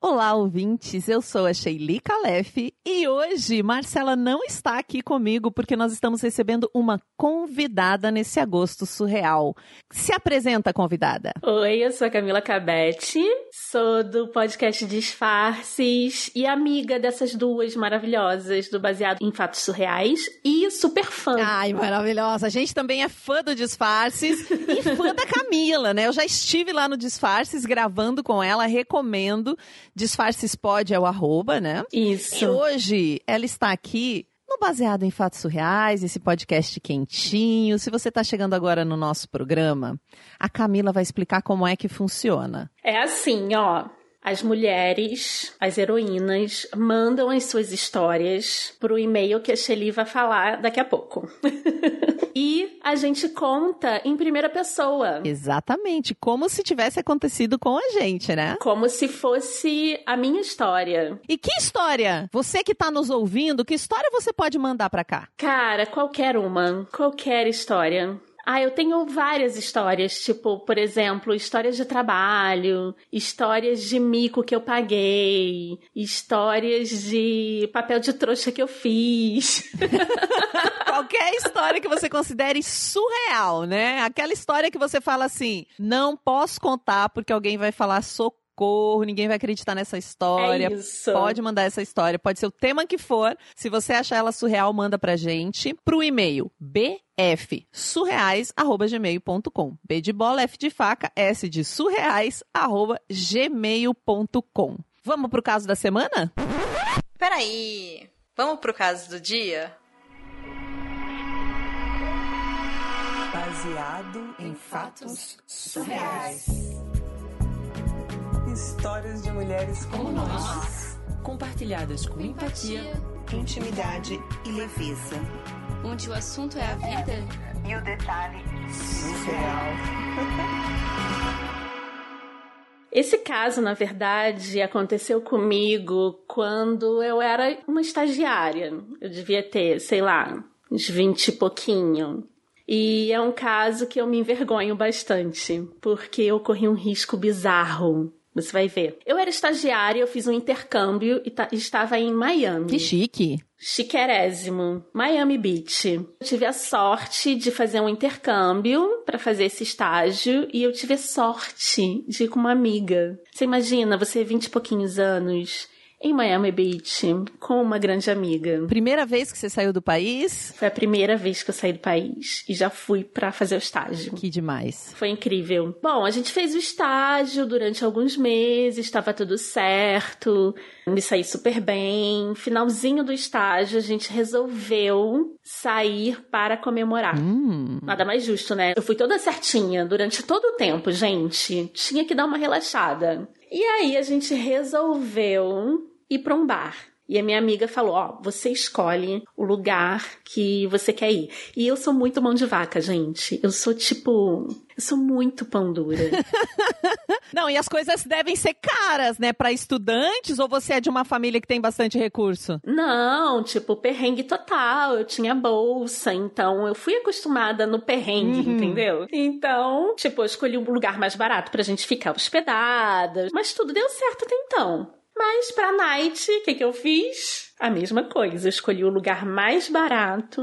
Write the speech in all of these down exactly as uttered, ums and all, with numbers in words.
Olá, ouvintes, eu sou a Sheili Calef e hoje Marcela não está aqui comigo porque nós estamos recebendo uma convidada nesse agosto surreal. Se apresenta, convidada. Oi, eu sou a Camila Cabete, sou do podcast Disfarces e amiga dessas duas maravilhosas do Baseado em Fatos Surreais e super fã. Ai, maravilhosa. A gente também é fã do Disfarces e fã da Camila, né? Eu já estive lá no Disfarces gravando com ela, recomendo. Disfarces Pod é o arroba, né? Isso. E hoje ela está aqui no Baseado em Fatos Surreais, esse podcast quentinho. Se você está chegando agora no nosso programa, a Camila vai explicar como é que funciona. É assim, ó. As mulheres, as heroínas, mandam as suas histórias pro e-mail que a Sheili vai falar daqui a pouco. E a gente conta em primeira pessoa. Exatamente, como se tivesse acontecido com a gente, né? Como se fosse a minha história. E que história? Você que tá nos ouvindo, que história você pode mandar pra cá? Cara, qualquer uma. Qualquer história. Ah, eu tenho várias histórias, tipo, por exemplo, histórias de trabalho, histórias de mico que eu paguei, histórias de papel de trouxa que eu fiz. Qualquer história que você considere surreal, né? Aquela história que você fala assim, não posso contar porque alguém vai falar socorro, ninguém vai acreditar nessa história. É isso. Pode mandar essa história, pode ser o tema que for. Se você achar ela surreal, manda pra gente pro e-mail b f surreais arroba gmail ponto com. B de bola, F de faca, S de surreais arroba gmail ponto com. Vamos pro caso da semana? Peraí, vamos pro caso do dia? Baseado em fatos surreais. Histórias de mulheres como nós, compartilhadas com empatia, intimidade e leveza. Onde o assunto é a vida e o detalhe surreal. Esse caso, na verdade, aconteceu comigo quando eu era uma estagiária. Eu devia ter, sei lá, uns vinte e pouquinho. E é um caso que eu me envergonho bastante, porque eu corri um risco bizarro. Você vai ver. Eu era estagiária, eu fiz um intercâmbio e ta- estava em Miami. Que chique. Chiquerésimo. Miami Beach. Eu tive a sorte de fazer um intercâmbio para fazer esse estágio e eu tive a sorte de ir com uma amiga. Você imagina, você vinte e pouquinhos anos em Miami Beach com uma grande amiga. Primeira vez que você saiu do país? Foi a primeira vez que eu saí do país e já fui pra fazer o estágio. Que demais. Foi incrível. Bom, a gente fez o estágio durante alguns meses, estava tudo certo, me saí super bem. Finalzinho do estágio, a gente resolveu sair para comemorar. Hum. Nada mais justo, né? Eu fui toda certinha durante todo o tempo, gente. Tinha que dar uma relaxada. E aí a gente resolveu ir para um bar. E a minha amiga falou, ó, você escolhe o lugar que você quer ir. E eu sou muito mão de vaca, gente. Eu sou tipo... Eu sou muito pão dura. Não, e as coisas devem ser caras, né? Para estudantes, ou você é de uma família que tem bastante recurso? Não, tipo, perrengue total. Eu tinha bolsa, então eu fui acostumada no perrengue, uhum. Entendeu? Então, tipo, eu escolhi um lugar mais barato pra gente ficar hospedada. Mas tudo deu certo até então. Mas pra night, o que que eu fiz? A mesma coisa. Eu escolhi o lugar mais barato,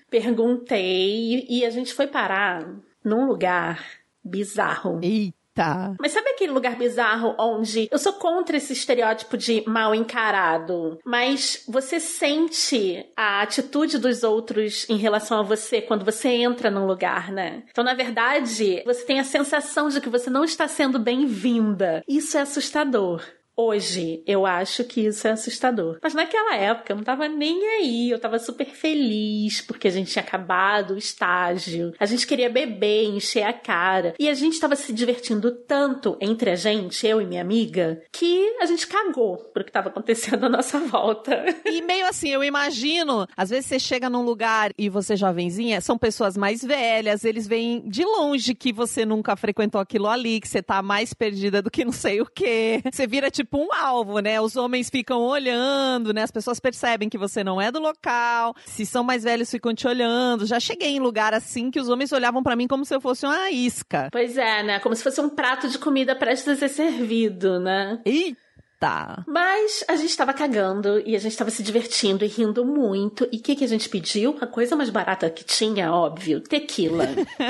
perguntei e a gente foi parar num lugar bizarro. Eita! Mas sabe aquele lugar bizarro onde... Eu sou contra esse estereótipo de mal encarado, mas você sente a atitude dos outros em relação a você quando você entra num lugar, né? Então, na verdade, você tem a sensação de que você não está sendo bem-vinda. Isso é assustador. Hoje, eu acho que isso é assustador. Mas naquela época, eu não tava nem aí. Eu tava super feliz, porque a gente tinha acabado o estágio. A gente queria beber, encher a cara. E a gente tava se divertindo tanto entre a gente, eu e minha amiga, que a gente cagou pro que tava acontecendo à nossa volta. E meio assim, eu imagino, às vezes você chega num lugar e você jovenzinha, são pessoas mais velhas, eles veem de longe que você nunca frequentou aquilo ali, que você tá mais perdida do que não sei o quê. Você vira tipo um alvo, né? Os homens ficam olhando, né? As pessoas percebem que você não é do local. Se são mais velhos, ficam te olhando. Já cheguei em lugar assim que os homens olhavam pra mim como se eu fosse uma isca. Pois é, né? Como se fosse um prato de comida prestes a ser servido, né? Eita! Tá. Mas a gente tava cagando e a gente tava se divertindo e rindo muito. E o que, que a gente pediu? A coisa mais barata que tinha, óbvio, tequila.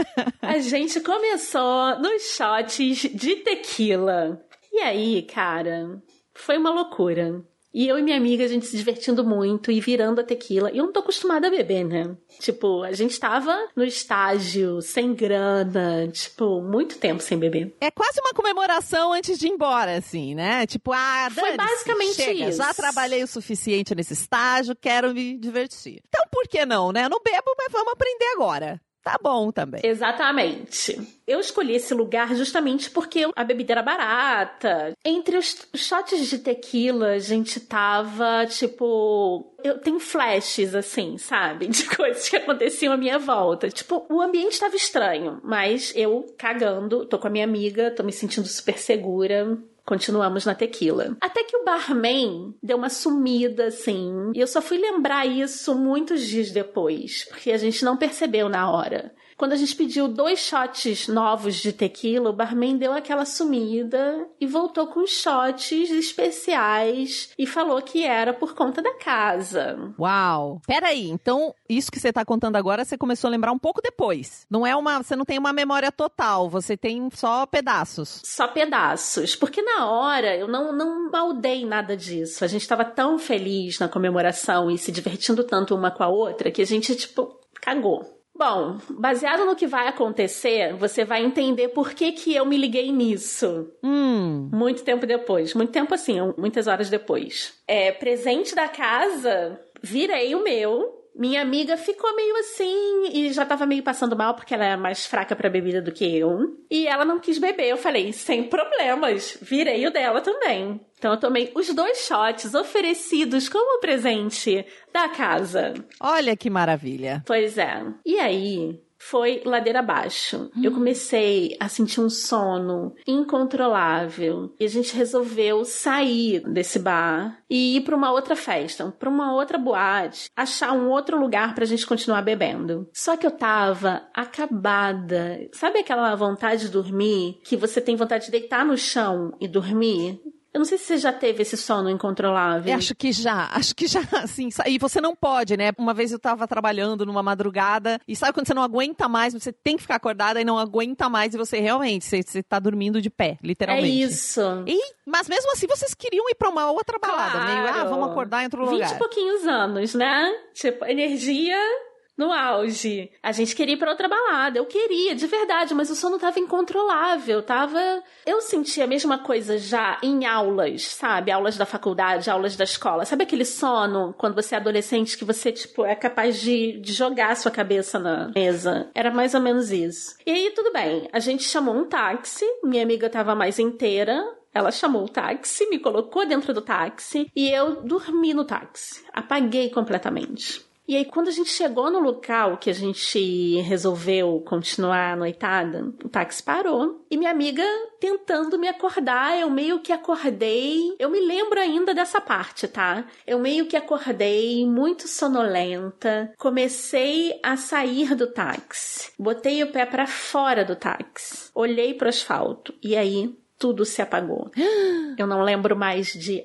A gente começou nos shots de tequila. E aí, cara, foi uma loucura. E eu e minha amiga, a gente se divertindo muito e virando a tequila. E eu não tô acostumada a beber, né? Tipo, a gente tava no estágio, sem grana, tipo, muito tempo sem beber. É quase uma comemoração antes de ir embora, assim, né? Tipo, ah, Foi basicamente chega, isso. Já trabalhei o suficiente nesse estágio, quero me divertir. Então, por que não, né? Eu não bebo, mas vamos aprender agora. Tá bom também. Exatamente. Eu escolhi esse lugar justamente porque a bebida era barata. Entre os shots de tequila, a gente tava, tipo... Eu tenho flashes, assim, sabe? De coisas que aconteciam à minha volta. Tipo, o ambiente tava estranho, mas eu cagando, tô com a minha amiga, tô me sentindo super segura... Continuamos na tequila. Até que o barman deu uma sumida, assim. E eu só fui lembrar isso muitos dias depois. Porque a gente não percebeu na hora. Quando a gente pediu dois shots novos de tequila, o barman deu aquela sumida e voltou com shots especiais e falou que era por conta da casa. Uau! Peraí, então isso que você tá contando agora, você começou a lembrar um pouco depois. Não é uma, você não tem uma memória total, você tem só pedaços. Só pedaços. Porque na hora eu não, não maldei nada disso. A gente tava tão feliz na comemoração e se divertindo tanto uma com a outra que a gente, tipo, cagou. Bom, baseado no que vai acontecer, você vai entender por que que eu me liguei nisso. Hum. Muito tempo depois. Muito tempo assim, muitas horas depois. É, presente da casa, virei o meu. Minha amiga ficou meio assim e já tava meio passando mal porque ela é mais fraca pra bebida do que eu. E ela não quis beber. Eu falei, sem problemas, virei o dela também. Então eu tomei os dois shots oferecidos como presente da casa. Olha que maravilha. Pois é. E aí... foi ladeira abaixo. Hum. Eu comecei a sentir um sono incontrolável. E a gente resolveu sair desse bar e ir para uma outra festa, para uma outra boate, achar um outro lugar pra gente continuar bebendo. Só que eu tava acabada. Sabe aquela vontade de dormir? Que você tem vontade de deitar no chão e dormir? Eu não sei se você já teve esse sono incontrolável. Eu acho que já, acho que já, assim. E você não pode, né? Uma vez eu tava trabalhando numa madrugada e sabe quando você não aguenta mais, você tem que ficar acordada e não aguenta mais e você realmente, você, você tá dormindo de pé, literalmente. É isso. E, mas mesmo assim vocês queriam ir pra uma outra balada, claro. Meio, ah, vamos acordar em outro lugar. Vinte e pouquinhos anos, né? Tipo, energia... no auge. A gente queria ir pra outra balada. Eu queria, de verdade, mas o sono tava incontrolável. Tava... Eu sentia a mesma coisa já em aulas, sabe? Aulas da faculdade, aulas da escola. Sabe aquele sono, quando você é adolescente, que você, tipo, é capaz de, de jogar a sua cabeça na mesa? Era mais ou menos isso. E aí, tudo bem. A gente chamou um táxi. Minha amiga tava mais inteira. Ela chamou o táxi, me colocou dentro do táxi. E eu dormi no táxi. Apaguei completamente. E aí, quando a gente chegou no local que a gente resolveu continuar a noitada, o táxi parou. E minha amiga tentando me acordar, eu meio que acordei... Eu me lembro ainda dessa parte, tá? Eu meio que acordei muito sonolenta. Comecei a sair do táxi. Botei o pé pra fora do táxi. Olhei pro asfalto. E aí, tudo se apagou. Eu não lembro mais de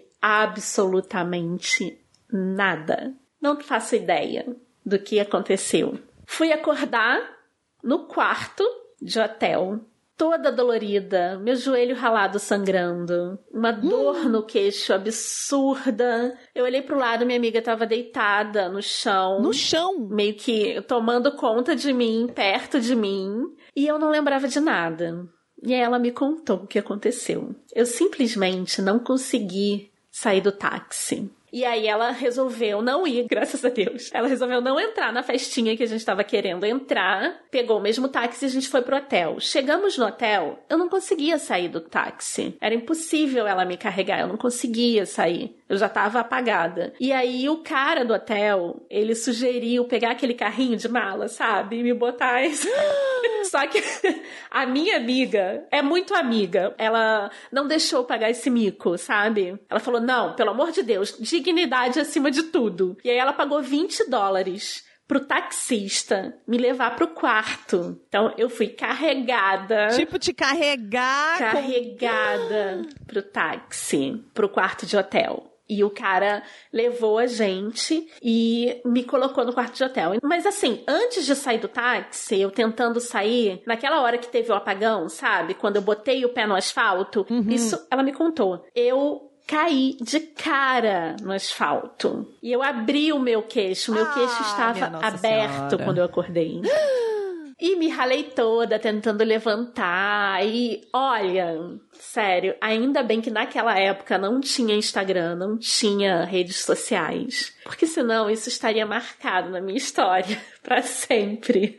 absolutamente nada. Não faço ideia do que aconteceu. Fui acordar no quarto de hotel, toda dolorida, meu joelho ralado sangrando, uma dor hum. no queixo absurda. Eu olhei pro lado, minha amiga tava deitada no chão. No chão? Meio que tomando conta de mim, perto de mim. E eu não lembrava de nada. E aí ela me contou o que aconteceu. Eu simplesmente não consegui sair do táxi. E aí ela resolveu não ir, graças a Deus. Ela resolveu não entrar na festinha que a gente estava querendo entrar. Pegou o mesmo táxi e a gente foi pro hotel. Chegamos no hotel, eu não conseguia sair do táxi. Era impossível ela me carregar, eu não conseguia sair. Eu já tava apagada. E aí o cara do hotel, ele sugeriu pegar aquele carrinho de mala, sabe? E me botar esse... Só que a minha amiga é muito amiga. Ela não deixou eu pagar esse mico, sabe? Ela falou, não, pelo amor de Deus, dignidade acima de tudo. E aí ela pagou vinte dólares pro taxista me levar pro quarto. Então, eu fui carregada. Tipo, te carregar. Carregada com... pro táxi, pro quarto de hotel. E o cara levou a gente e me colocou no quarto de hotel. Mas assim, antes de sair do táxi, eu tentando sair, naquela hora que teve o apagão, sabe? Quando eu botei o pé no asfalto, uhum. Isso ela me contou. Eu caí de cara no asfalto. E eu abri o meu queixo. O meu ah, queixo estava aberto senhora. Quando eu acordei. E me ralei toda tentando levantar. E olha, sério, ainda bem que naquela época não tinha Instagram, não tinha redes sociais. Porque senão isso estaria marcado na minha história pra sempre.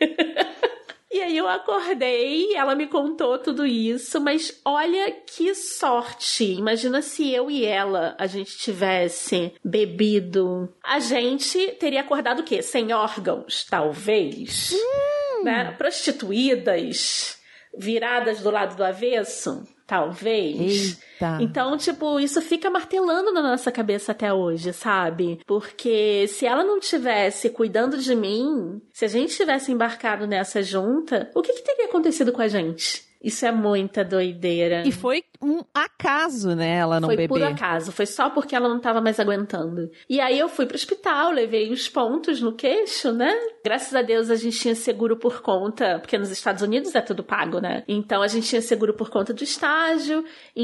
E aí eu acordei, ela me contou tudo isso, mas olha que sorte. Imagina se eu e ela, a gente tivesse bebido. A gente teria acordado o quê? Sem órgãos, talvez. Hum. Né? Prostituídas, viradas do lado do avesso, talvez. Eita. Então, tipo, isso fica martelando na nossa cabeça até hoje, sabe? Porque se ela não tivesse cuidando de mim, se a gente tivesse embarcado nessa junta, o que, que teria acontecido com a gente? Isso é muita doideira. E foi um acaso, né, ela não beber. Foi por acaso, foi só porque ela não tava mais aguentando. E aí eu fui pro hospital, levei os pontos no queixo, né? Graças a Deus a gente tinha seguro por conta, porque nos Estados Unidos é tudo pago, né? Então a gente tinha seguro por conta do estágio,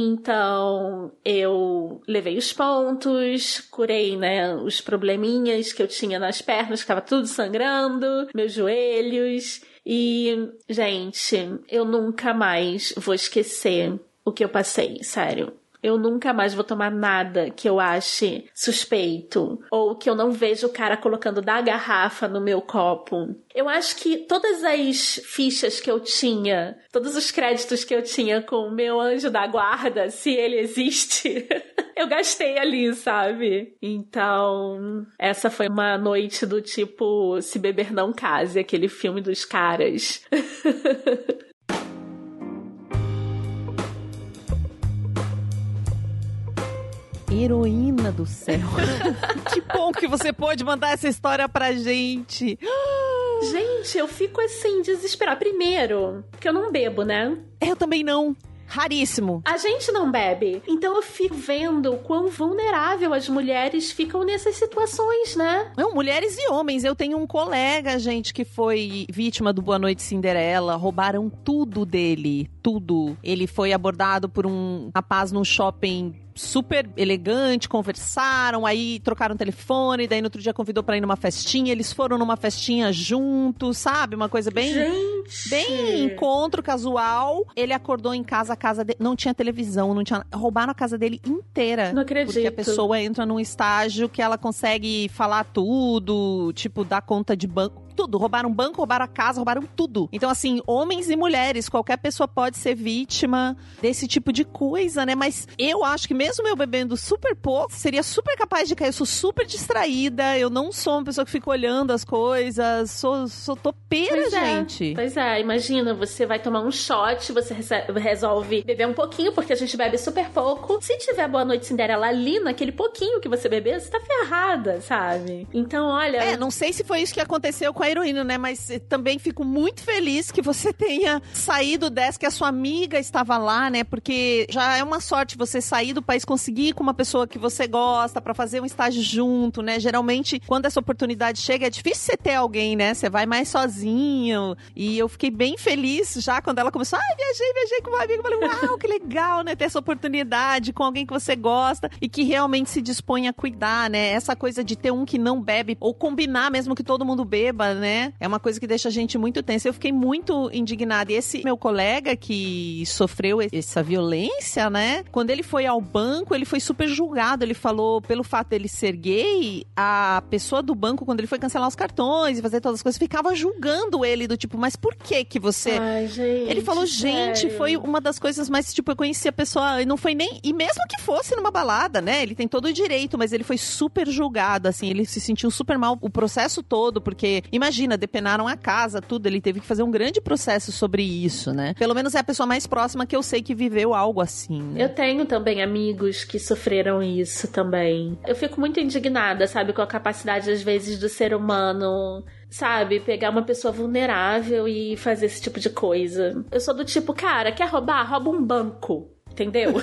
então eu levei os pontos, curei, né, os probleminhas que eu tinha nas pernas, que tava tudo sangrando, meus joelhos. E, gente, eu nunca mais vou esquecer o que eu passei, sério. Eu nunca mais vou tomar nada que eu ache suspeito ou que eu não veja o cara colocando da garrafa no meu copo. Eu acho que todas as fichas que eu tinha, todos os créditos que eu tinha com o meu anjo da guarda, se ele existe, eu gastei ali, sabe? Então, essa foi uma noite do tipo Se Beber Não Case, aquele filme dos caras. Heroína do céu. Que bom que você pôde mandar essa história pra gente. Gente, eu fico assim, desesperada. Primeiro, porque eu não bebo, né? Eu também não. Raríssimo. A gente não bebe. Então eu fico vendo o quão vulnerável as mulheres ficam nessas situações, né? Não, mulheres e homens. Eu tenho um colega, gente, que foi vítima do Boa Noite Cinderela. Roubaram tudo dele. Tudo. Ele foi abordado por um rapaz num shopping super elegante, conversaram, aí trocaram telefone, daí no outro dia convidou pra ir numa festinha, eles foram numa festinha juntos, sabe? Uma coisa bem... Gente! Bem encontro casual. Ele acordou em casa, a casa dele... Não tinha televisão, não tinha... Roubaram a casa dele inteira. Não acredito. Porque a pessoa entra num estágio que ela consegue falar tudo, tipo, dar conta de banco. Tudo, roubaram um banco, roubaram a casa, roubaram tudo. Então, assim, homens e mulheres, qualquer pessoa pode ser vítima desse tipo de coisa, né? Mas eu acho que mesmo eu bebendo super pouco, seria super capaz de cair. Eu sou super distraída, eu não sou uma pessoa que fica olhando as coisas, sou, sou topeira, pois gente. É, pois é, imagina, você vai tomar um shot, você resolve beber um pouquinho, porque a gente bebe super pouco. Se tiver Boa Noite Cinderela ali, naquele pouquinho que você bebeu, você tá ferrada, sabe? Então, olha... É, não sei se foi isso que aconteceu com a heroína, né? Mas também fico muito feliz que você tenha saído dessa, que a sua amiga estava lá, né? Porque já é uma sorte você sair do país, conseguir ir com uma pessoa que você gosta pra fazer um estágio junto, né? Geralmente, quando essa oportunidade chega, é difícil você ter alguém, né? Você vai mais sozinho. E eu fiquei bem feliz já quando ela começou. Ai, viajei, viajei com uma amiga. Eu falei, uau, que legal, né? Ter essa oportunidade com alguém que você gosta e que realmente se dispõe a cuidar, né? Essa coisa de ter um que não bebe ou combinar mesmo que todo mundo beba, né? É uma coisa que deixa a gente muito tensa. Eu fiquei muito indignada. E esse meu colega que sofreu essa violência, né? Quando ele foi ao banco, ele foi super julgado. Ele falou, pelo fato dele ser gay, a pessoa do banco, quando ele foi cancelar os cartões e fazer todas as coisas, ficava julgando ele, do tipo, mas por que que você... Ai, gente, ele falou, gente, sério? foi uma das coisas mais, tipo, eu conheci a pessoa, e não foi nem... E mesmo que fosse numa balada, né? Ele tem todo o direito, mas ele foi super julgado, assim, ele se sentiu super mal o processo todo, porque, imagina, depenaram a casa, tudo, ele teve que fazer um grande processo sobre isso, né? Pelo menos é a pessoa mais próxima que eu sei que viveu algo assim, né? Eu tenho também amigos que sofreram isso também. Eu fico muito indignada, sabe, com a capacidade, às vezes, do ser humano sabe, pegar uma pessoa vulnerável e fazer esse tipo de coisa. Eu sou do tipo, cara, quer roubar? Rouba um banco. Entendeu?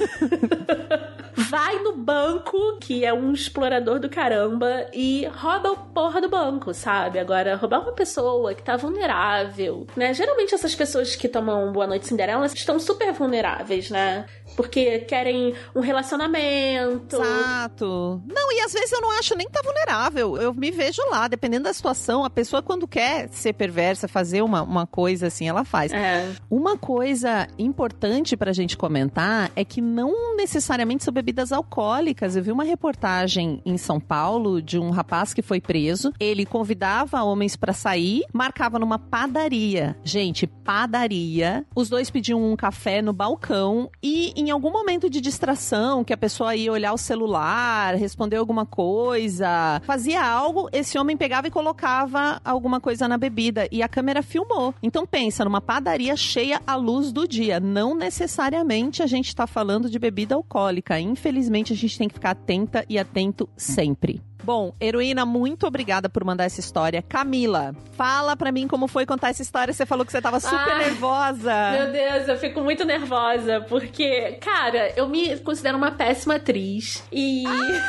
Vai no banco, que é um explorador do caramba, e rouba a porra do banco, sabe? Agora, roubar uma pessoa que tá vulnerável, né? Geralmente essas pessoas que tomam Boa Noite Cinderela estão super vulneráveis, né? Porque querem um relacionamento. Exato. Não, e às vezes eu não acho nem que tá vulnerável. Eu me vejo lá, dependendo da situação, a pessoa quando quer ser perversa, fazer uma, uma coisa assim, ela faz. É. Uma coisa importante pra gente comentar é que não necessariamente são bebidas alcoólicas. Eu vi uma reportagem em São Paulo de um rapaz que foi preso. Ele convidava homens pra sair, marcava numa padaria. Gente, padaria. Os dois pediam um café no balcão e em algum momento de distração, que a pessoa ia olhar o celular, responder alguma coisa, fazia algo, esse homem pegava e colocava alguma coisa na bebida e a câmera filmou. Então pensa, numa padaria cheia à luz do dia. Não necessariamente a gente tá falando de bebida alcoólica. Infelizmente a gente tem que ficar atenta e atento sempre. Bom, Heroína, muito obrigada por mandar essa história. Camila, fala pra mim como foi contar essa história. Você falou que você tava super ah, nervosa. Meu Deus, eu fico muito nervosa, porque, cara, eu me considero uma péssima atriz. E...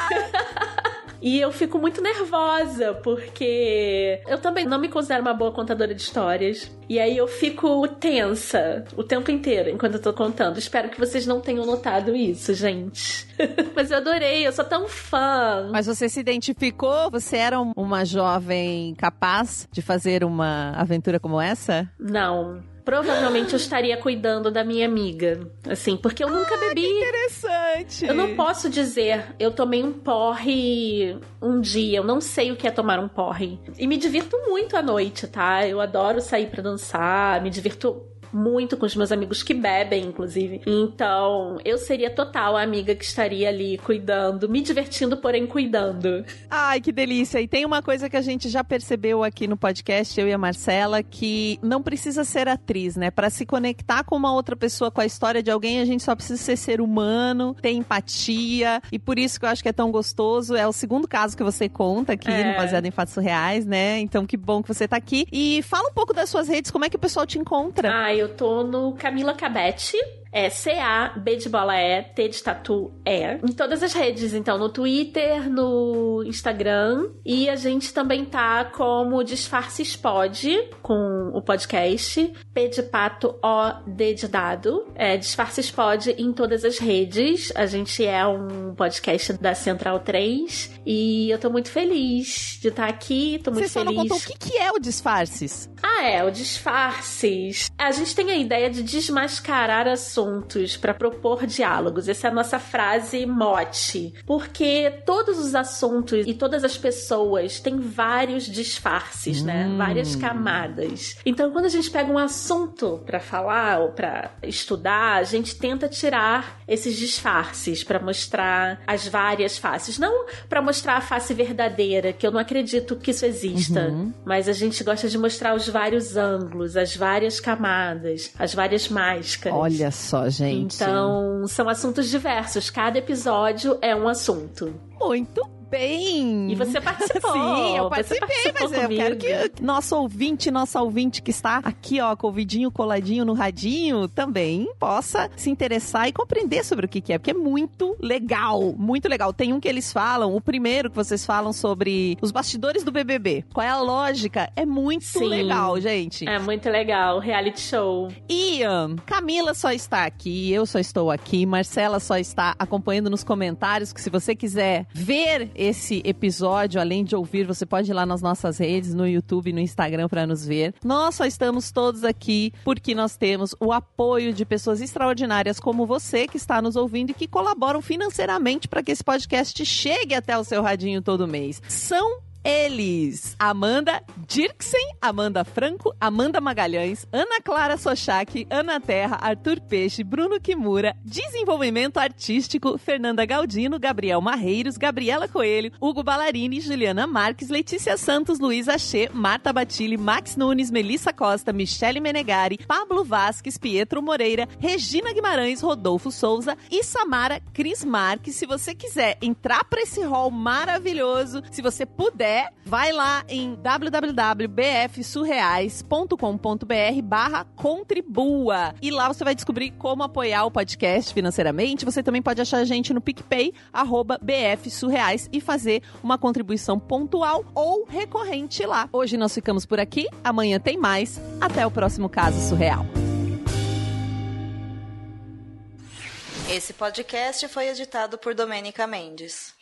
Ah. E eu fico muito nervosa, porque eu também não me considero uma boa contadora de histórias. E aí eu fico tensa o tempo inteiro enquanto eu tô contando. Espero que vocês não tenham notado isso, gente. Mas eu adorei, eu sou tão fã. Mas você se identificou? Você era uma jovem capaz de fazer uma aventura como essa? Não. Provavelmente eu estaria cuidando da minha amiga, assim, porque eu nunca ah, bebi. Que interessante! Eu não posso dizer, eu tomei um porre um dia, eu não sei o que é tomar um porre. E me divirto muito à noite, tá? Eu adoro sair pra dançar, me divirto muito com os meus amigos que bebem, inclusive. Então, eu seria total a amiga que estaria ali cuidando, me divertindo, porém cuidando. Ai, que delícia! E tem uma coisa que a gente já percebeu aqui no podcast, eu e a Marcela, que não precisa ser atriz, né? Para se conectar com uma outra pessoa, com a história de alguém, a gente só precisa ser ser humano, ter empatia, e por isso que eu acho que é tão gostoso. É o segundo caso que você conta aqui, é. no Baseado em Fatos Reais, né? Então, que bom que você tá aqui. E fala um pouco das suas redes, como é que o pessoal te encontra? Ai, eu tô no Camila Cabete. É C A, B de bola E, T de tatu E. Em todas as redes, então, no Twitter, no Instagram. E a gente também tá como Disfarces Pod, com o podcast. P de pato, O, D de dado. É, Disfarces Pod em todas as redes. A gente é um podcast da Central três. E eu tô muito feliz de estar aqui, tô muito Você só feliz. não contou o que, que é o Disfarces. Ah, é, o Disfarces. A gente tem a ideia de desmascarar assuntos para propor diálogos. Essa é a nossa frase mote. Porque todos os assuntos e todas as pessoas têm vários disfarces, hum. né? Várias camadas. Então, quando a gente pega um assunto para falar ou para estudar, a gente tenta tirar esses disfarces para mostrar as várias faces. Não para mostrar a face verdadeira, que eu não acredito que isso exista. Uhum. Mas a gente gosta de mostrar os vários ângulos, as várias camadas, as várias máscaras. Olha só, gente. Então, são assuntos diversos. Cada episódio é um assunto. Muito bem. E você participou. Sim, eu participei, mas eu quero que nosso ouvinte, nossa ouvinte que está aqui, ó, com o ouvidinho coladinho no radinho, também possa se interessar e compreender sobre o que que é, porque é muito legal, muito legal. Tem um que eles falam, o primeiro que vocês falam sobre os bastidores do B B B. Qual é a lógica? É muito Sim, legal, gente. É muito legal, reality show. Ian, Camila só está aqui, eu só estou aqui, Marcela só está acompanhando nos comentários, que se você quiser ver esse episódio, além de ouvir, você pode ir lá nas nossas redes, no YouTube e no Instagram para nos ver. Nós só estamos todos aqui porque nós temos o apoio de pessoas extraordinárias como você que está nos ouvindo e que colaboram financeiramente para que esse podcast chegue até o seu radinho todo mês. São eles: Amanda Dirksen, Amanda Franco, Amanda Magalhães, Ana Clara Sochak, Ana Terra, Arthur Peixe, Bruno Kimura, Desenvolvimento Artístico, Fernanda Galdino, Gabriel Marreiros, Gabriela Coelho, Hugo Ballarini, Juliana Marques, Letícia Santos, Luísa Che, Marta Batilli, Max Nunes, Melissa Costa, Michele Menegari, Pablo Vasques, Pietro Moreira, Regina Guimarães, Rodolfo Souza e Samara Cris Marques. Se você quiser entrar para esse hall maravilhoso, se você puder é, vai lá em w w w ponto b f surreais ponto com ponto b r barra contribua. E lá você vai descobrir como apoiar o podcast financeiramente. Você também pode achar a gente no PicPay, arroba bfsurreais, e fazer uma contribuição pontual ou recorrente lá. Hoje nós ficamos por aqui, amanhã tem mais. Até o próximo Caso Surreal. Esse podcast foi editado por Domênica Mendes.